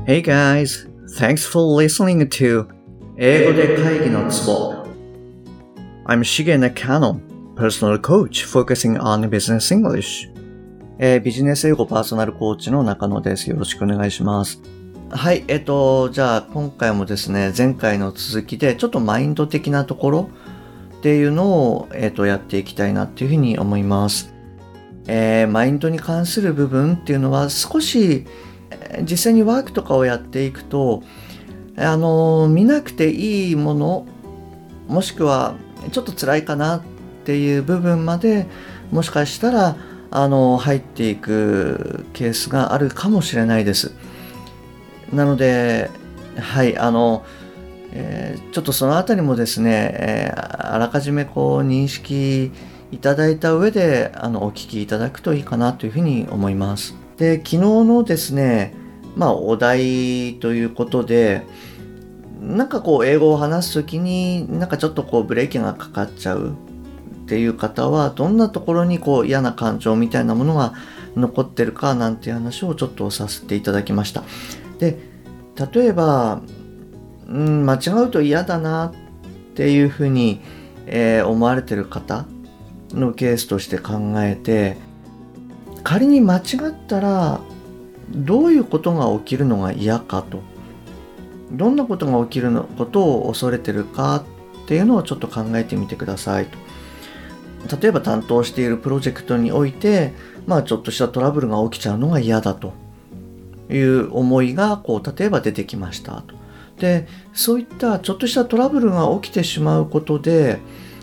Hey guys, thanks for listening to 英語で会議のツボ I'm Shige Nakano, personal coach focusing on business English. ビジネス英語パーソナルコーチの中野です。よろしくお願いします。はい、じゃあ今回もですね、前回の続きでちょっとマインド的なところっていうのを、やっていきたいなっていうふうに思います。マインドに関する部分っていうのは少し実際にワークとかをやっていくと見なくていいものもしくはちょっと辛いかなっていう部分までもしかしたら入っていくケースがあるかもしれないです。なのではいちょっとそのあたりもですね、あらかじめ認識いただいた上でお聞きいただくといいかなというふうに思います。で、昨日のですね、お題ということで、英語を話すときにちょっとブレーキがかかっちゃうっていう方はどんなところに嫌な感情みたいなものが残ってるかなんていう話をちょっとさせていただきました。で、例えば間違うと嫌だなっていうふうに、思われてる方のケースとして考えて、仮に間違ったらどういうことが起きるのが嫌かと、どんなことが起きることを恐れてるかっていうのをちょっと考えてみてくださいと。例えば担当しているプロジェクトにおいてちょっとしたトラブルが起きちゃうのが嫌だという思いが例えば出てきましたと。で、そういったちょっとしたトラブルが起きてしまうことで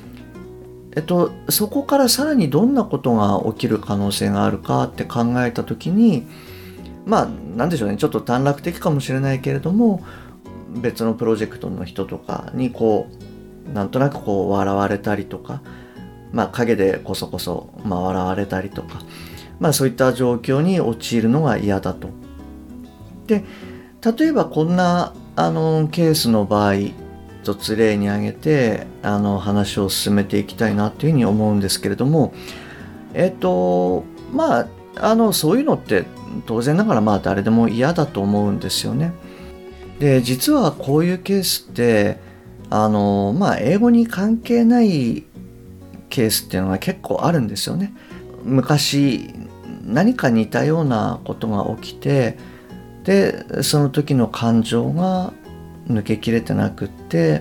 そこからさらにどんなことが起きる可能性があるかって考えたときに、なんでしょうね、ちょっと短絡的かもしれないけれども、別のプロジェクトの人とかになんとなく笑われたりとか、陰でこそこそ笑われたりとか、そういった状況に陥るのが嫌だと。で、例えばこんなケースの場合、一つ例に挙げて話を進めていきたいなというふうに思うんですけれども、そういうのって当然ながら誰でも嫌だと思うんですよね。で、実はこういうケースって英語に関係ないケースっていうのが結構あるんですよね。昔何か似たようなことが起きて、でその時の感情が抜けきれてなくって、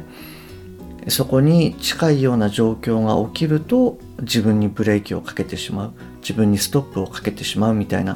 そこに近いような状況が起きると自分にブレーキをかけてしまう、自分にストップをかけてしまうみたいな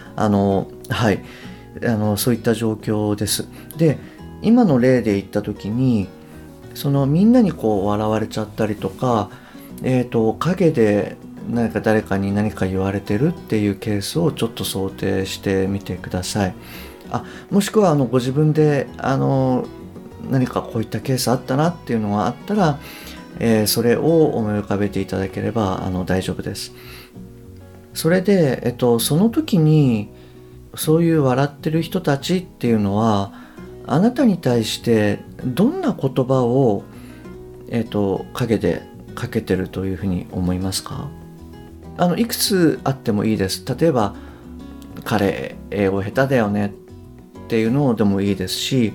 そういった状況です。で、今の例で言った時にみんなに笑われちゃったりとか、陰で誰かに何か言われてるっていうケースをちょっと想定してみてください。もしくはご自分で何かこういったケースあったなっていうのがあったら、それを思い浮かべていただければ大丈夫です。それで、その時にそういう笑ってる人たちっていうのはあなたに対してどんな言葉を、陰でかけてるというふうに思いますか？いくつあってもいいです。例えば彼英語下手だよねっていうのでもいいですし、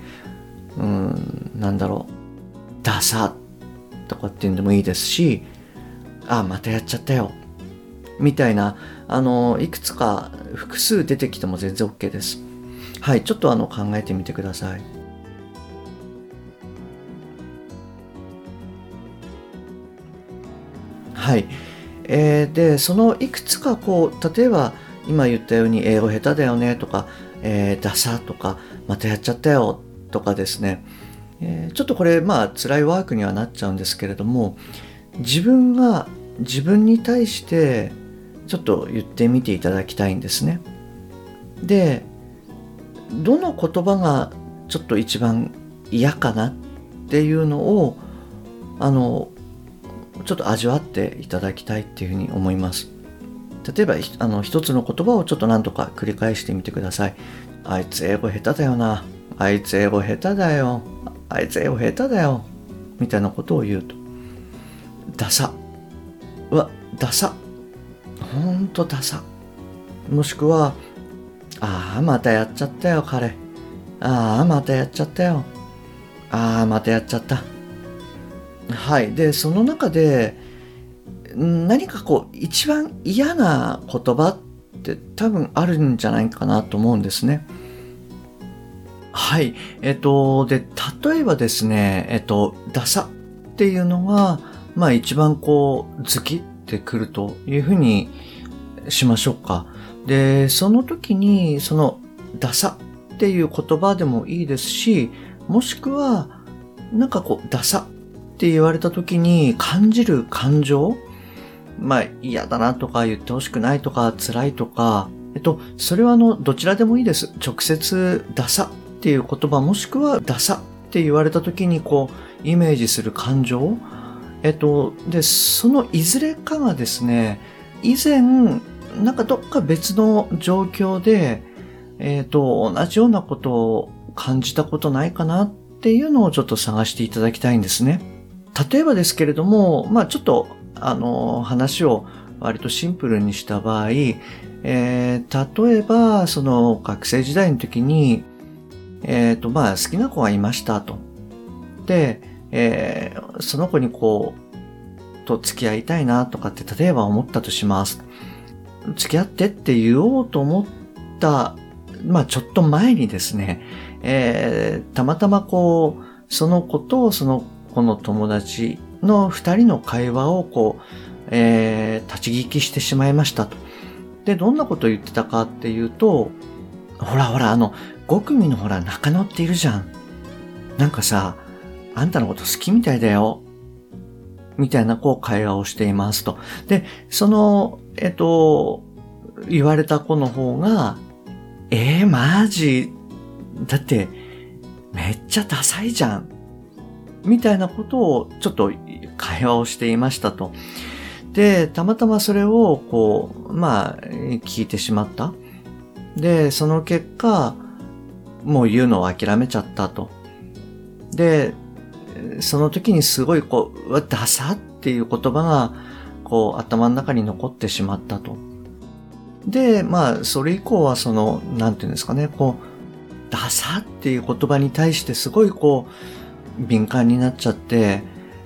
ダサとかっていうのでもいいですし、またやっちゃったよみたいな、いくつか複数出てきても全然 OK です。はい、ちょっと考えてみてください。はい、でそのいくつか例えば今言ったように英語下手だよねとか、ダサとかまたやっちゃったよとかですね、ちょっとこれ辛いワークにはなっちゃうんですけれども、自分が自分に対してちょっと言ってみていただきたいんですね。で、どの言葉がちょっと一番嫌かなっていうのをちょっと味わっていただきたいっていうふうに思います。例えば一つの言葉をちょっと何度か繰り返してみてください。あいつ英語下手だよな、あいつ英語下手だよ、あいつ英語下手だよみたいなことを言うと、ダサ、うわダサ、ほんとダサ、もしくはまたやっちゃったよ彼、 ああ、またやっちゃったよ。ああ、またやっちゃった。はい。で、その中で、何か一番嫌な言葉って多分あるんじゃないかなと思うんですね。はい。で、例えばですね、ダサっていうのが、一番ズキってくるというふうにしましょうか。で、その時に、その、ダサっていう言葉でもいいですし、もしくは、ダサって言われた時に感じる感情、嫌だなとか言ってほしくないとか辛いとか、それはどちらでもいいです。直接、ダサっていう言葉もしくはダサって言われた時にイメージする感情。で、そのいずれかがですね、以前、どっか別の状況で、同じようなことを感じたことないかなっていうのをちょっと探していただきたいんですね。例えばですけれども、ちょっと、話を割とシンプルにした場合、例えば、その学生時代の時に、好きな子がいましたと。で、その子にと付き合いたいなとかって例えば思ったとします。付き合ってって言おうと思った、ちょっと前にですね、たまたまその子とその子の友達の二人の会話を立ち聞きしてしまいましたと。で、どんなことを言ってたかっていうと、ほら、5組の中野っているじゃん。なんかさ、あんたのこと好きみたいだよ。みたいな会話をしていますと。で、その、言われた子の方が、マジだって、めっちゃダサいじゃん。みたいなことをちょっと会話をしていましたと。で、たまたまそれを聞いてしまった。で、その結果、もう言うのを諦めちゃったと。で、その時にすごいダサっていう言葉が、頭の中に残ってしまったと。で、それ以降はなんていうんですかね、ダサっていう言葉に対してすごい敏感になっちゃって、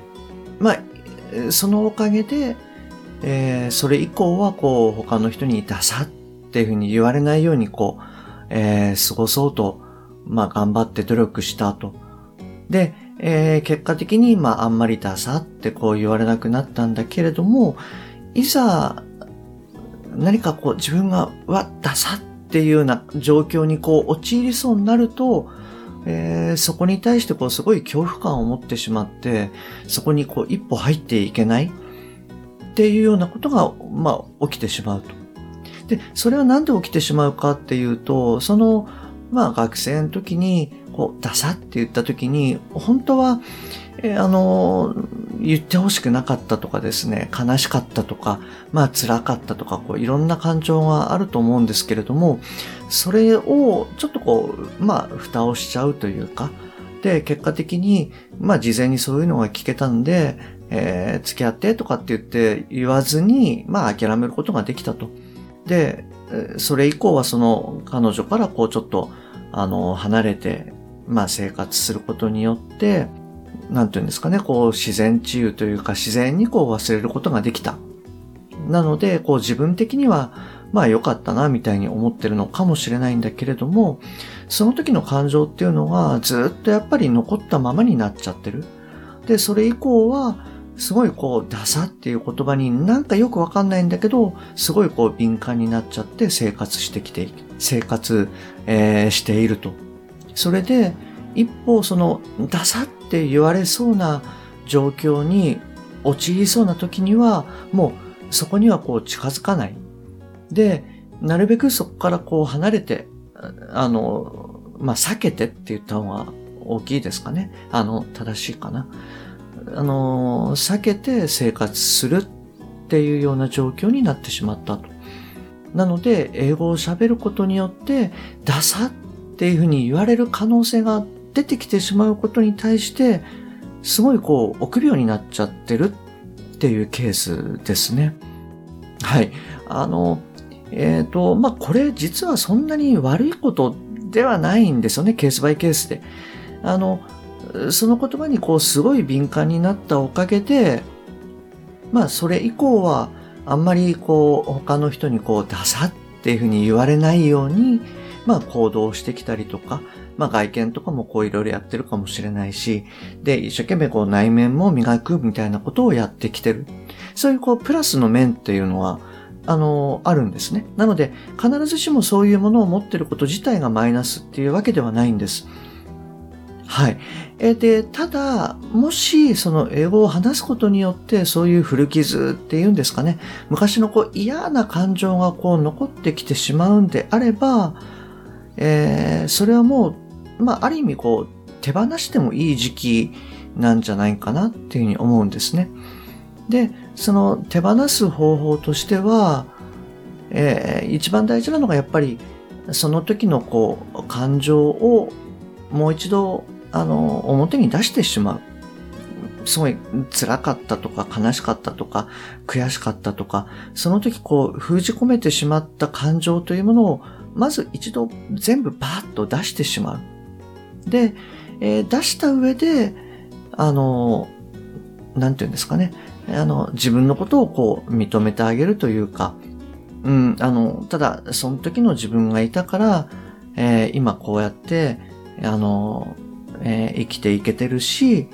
そのおかげで、それ以降は他の人にダサっていうふうに言われないように過ごそうと、頑張って努力したと。で、結果的にあんまりダサって言われなくなったんだけれども、いざ何か自分がダサっていうような状況に陥りそうになると、そこに対してすごい恐怖感を持ってしまって、そこに一歩入っていけないっていうようなことが起きてしまうと。で、それはなんで起きてしまうかっていうと、学生の時にダサって言った時に、本当は、言ってほしくなかったとかですね、悲しかったとか、辛かったとか、いろんな感情があると思うんですけれども、それをちょっと蓋をしちゃうというか、で、結果的に、事前にそういうのが聞けたんで、付き合ってとかって言って言わずに、諦めることができたと。で、それ以降はその彼女からちょっと、離れて、生活することによって、なんていうんですかね、自然治癒というか自然に忘れることができた。なので、自分的には、良かったな、みたいに思ってるのかもしれないんだけれども、その時の感情っていうのがずっとやっぱり残ったままになっちゃってる。で、それ以降は、すごいダサっていう言葉になんかよくわかんないんだけど、すごい敏感になっちゃって生活していると。それで、一方ダサって言われそうな状況に陥りそうな時には、もうそこには近づかない。で、なるべくそこから離れて、避けてって言った方が大きいですかね。正しいかな。避けて生活するっていうような状況になってしまったと。なので、英語を喋ることによって、ダサっていうふうに言われる可能性が出てきてしまうことに対して、すごい臆病になっちゃってるっていうケースですね。はい。これ実はそんなに悪いことではないんですよね、ケースバイケースで。その言葉にすごい敏感になったおかげで、それ以降は、あんまり他の人にダサっていうふうに言われないように、行動してきたりとか、外見とかもいろいろやってるかもしれないし、で、一生懸命内面も磨くみたいなことをやってきてる。そういうプラスの面っていうのは、あるんですね。なので、必ずしもそういうものを持ってること自体がマイナスっていうわけではないんです。はい。で、ただ、もし、その英語を話すことによって、そういう古傷っていうんですかね、昔の嫌な感情が残ってきてしまうんであれば、それはもう、ある意味手放してもいい時期なんじゃないかなっていうふうに思うんですね。で、その手放す方法としては、一番大事なのがやっぱり、その時の感情をもう一度表に出してしまう。すごい辛かったとか悲しかったとか悔しかったとか、その時封じ込めてしまった感情というものをまず一度全部バーッと出してしまう。で、出した上で、なんていうんですかね。自分のことを認めてあげるというか、ただ、その時の自分がいたから、今こうやって、生きていけてるし、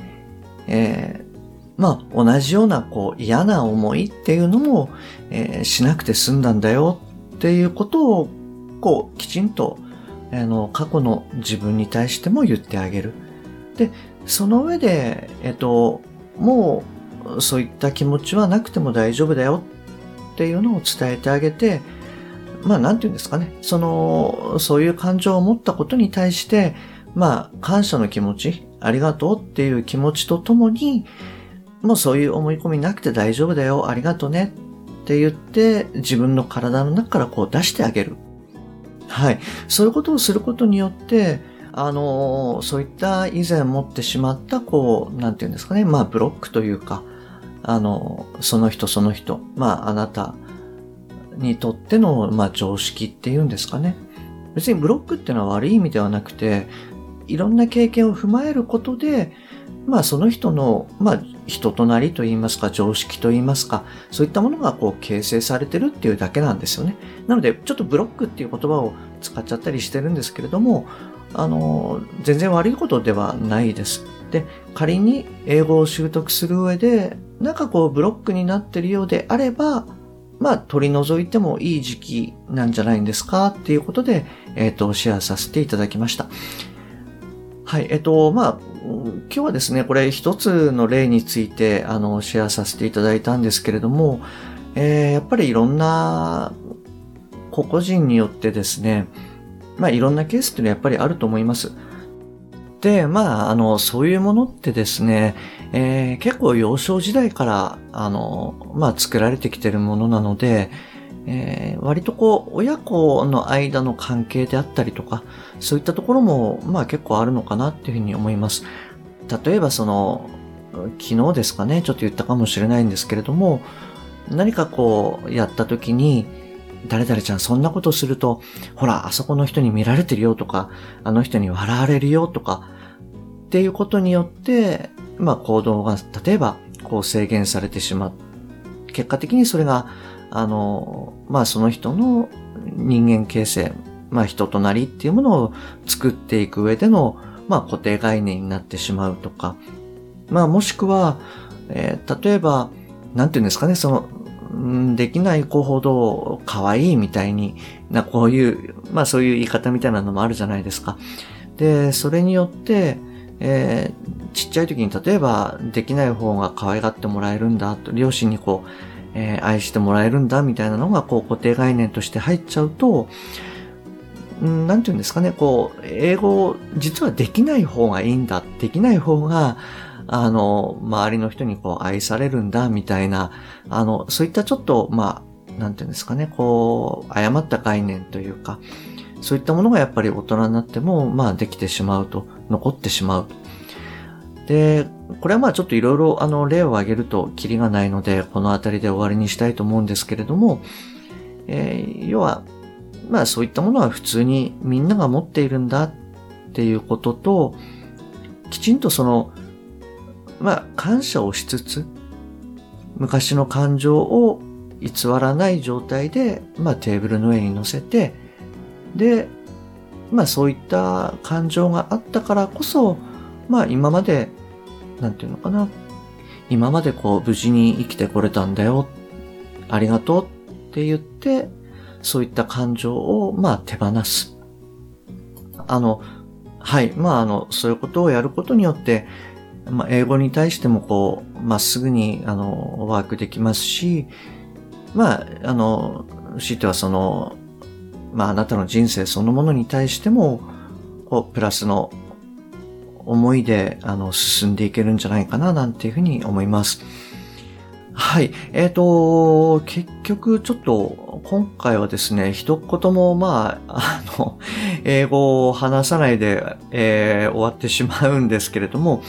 同じような嫌な思いっていうのも、しなくて済んだんだよっていうことをきちんと過去の自分に対しても言ってあげる。で、その上でもうそういった気持ちはなくても大丈夫だよっていうのを伝えてあげて、なんていうんですかね、そういう感情を持ったことに対して感謝の気持ち、ありがとうっていう気持ちとともに、もうそういう思い込みなくて大丈夫だよ、ありがとねって言って、自分の体の中から出してあげる。はい。そういうことをすることによって、そういった以前持ってしまった、なんていうんですかね、ブロックというか、その人、あなたにとっての、常識っていうんですかね。別にブロックっていうのは悪い意味ではなくて、いろんな経験を踏まえることで、その人の、人となりといいますか、常識といいますか、そういったものが形成されてるっていうだけなんですよね。なので、ちょっとブロックっていう言葉を使っちゃったりしてるんですけれども、全然悪いことではないです。で、仮に英語を習得する上で、なんかブロックになってるようであれば、取り除いてもいい時期なんじゃないんですかっていうことで、シェアさせていただきました。はい、今日はですね、これ一つの例について、シェアさせていただいたんですけれども、やっぱりいろんな個々人によってですね、いろんなケースっていうのはやっぱりあると思います。で、そういうものってですね、結構幼少時代から、作られてきてるものなので、割と親子の間の関係であったりとか、そういったところも、結構あるのかなっていうふうに思います。例えば昨日ですかね、ちょっと言ったかもしれないんですけれども、何かやった時に、誰々ちゃんそんなことすると、ほら、あそこの人に見られてるよとか、あの人に笑われるよとか、っていうことによって、行動が、例えば、制限されてしまう。結果的にそれが、その人の人間形成、人となりっていうものを作っていく上での、固定概念になってしまうとか、もしくは、例えば、なんていうんですかね、できない子ほど可愛いみたいにこういう、そういう言い方みたいなのもあるじゃないですか。で、それによって、ちっちゃい時に例えばできない方が可愛がってもらえるんだと、両親に愛してもらえるんだみたいなのが固定概念として入っちゃうと、なんていうんですかね、英語実はできない方がいいんだ、できない方が周りの人に愛されるんだみたいな、そういったちょっとなんていうんですかね、誤った概念というか、そういったものがやっぱり大人になってもできてしまうと、残ってしまう。で、これはちょっといろいろ例を挙げるとキリがないので、このあたりで終わりにしたいと思うんですけれども、要はそういったものは普通にみんなが持っているんだっていうことと、きちんと感謝をしつつ、昔の感情を偽らない状態で、テーブルの上に乗せて、で、そういった感情があったからこそ、今まで、今まで無事に生きてこれたんだよ。ありがとうって言って、そういった感情を、手放す。そういうことをやることによって、英語に対してもすぐに、ワークできますし、強いてはあなたの人生そのものに対しても、プラスの思いで、進んでいけるんじゃないかな、なんていうふうに思います。はい。結局ちょっと、今回はですね、一言も英語を話さないで、終わってしまうんですけれども、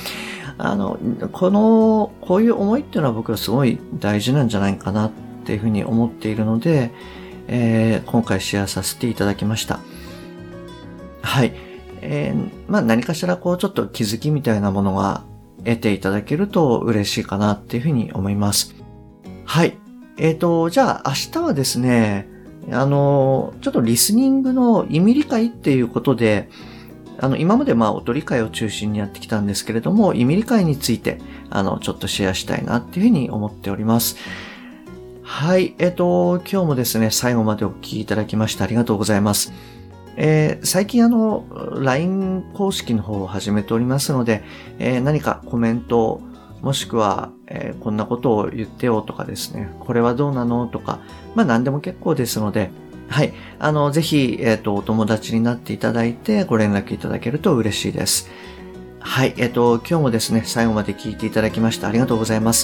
こういう思いっていうのは僕はすごい大事なんじゃないかなっていうふうに思っているので、今回シェアさせていただきました。はい。何かしらちょっと気づきみたいなものが得ていただけると嬉しいかなっていうふうに思います。はい。じゃあ明日はですね、ちょっとリスニングの意味理解っていうことで、今まで音理解を中心にやってきたんですけれども、意味理解について、ちょっとシェアしたいなっていうふうに思っております。はい。今日もですね、最後までお聞きいただきましてありがとうございます。最近LINE 公式の方を始めておりますので、何かコメント、もしくは、こんなことを言ってよとかですね、これはどうなのとか、何でも結構ですので、はい。ぜひ、お友達になっていただいてご連絡いただけると嬉しいです。はい。今日もですね、最後まで聞いていただきましてありがとうございます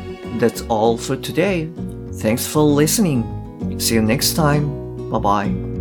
。That's all for today. Thanks for listening. See you next time. Bye bye.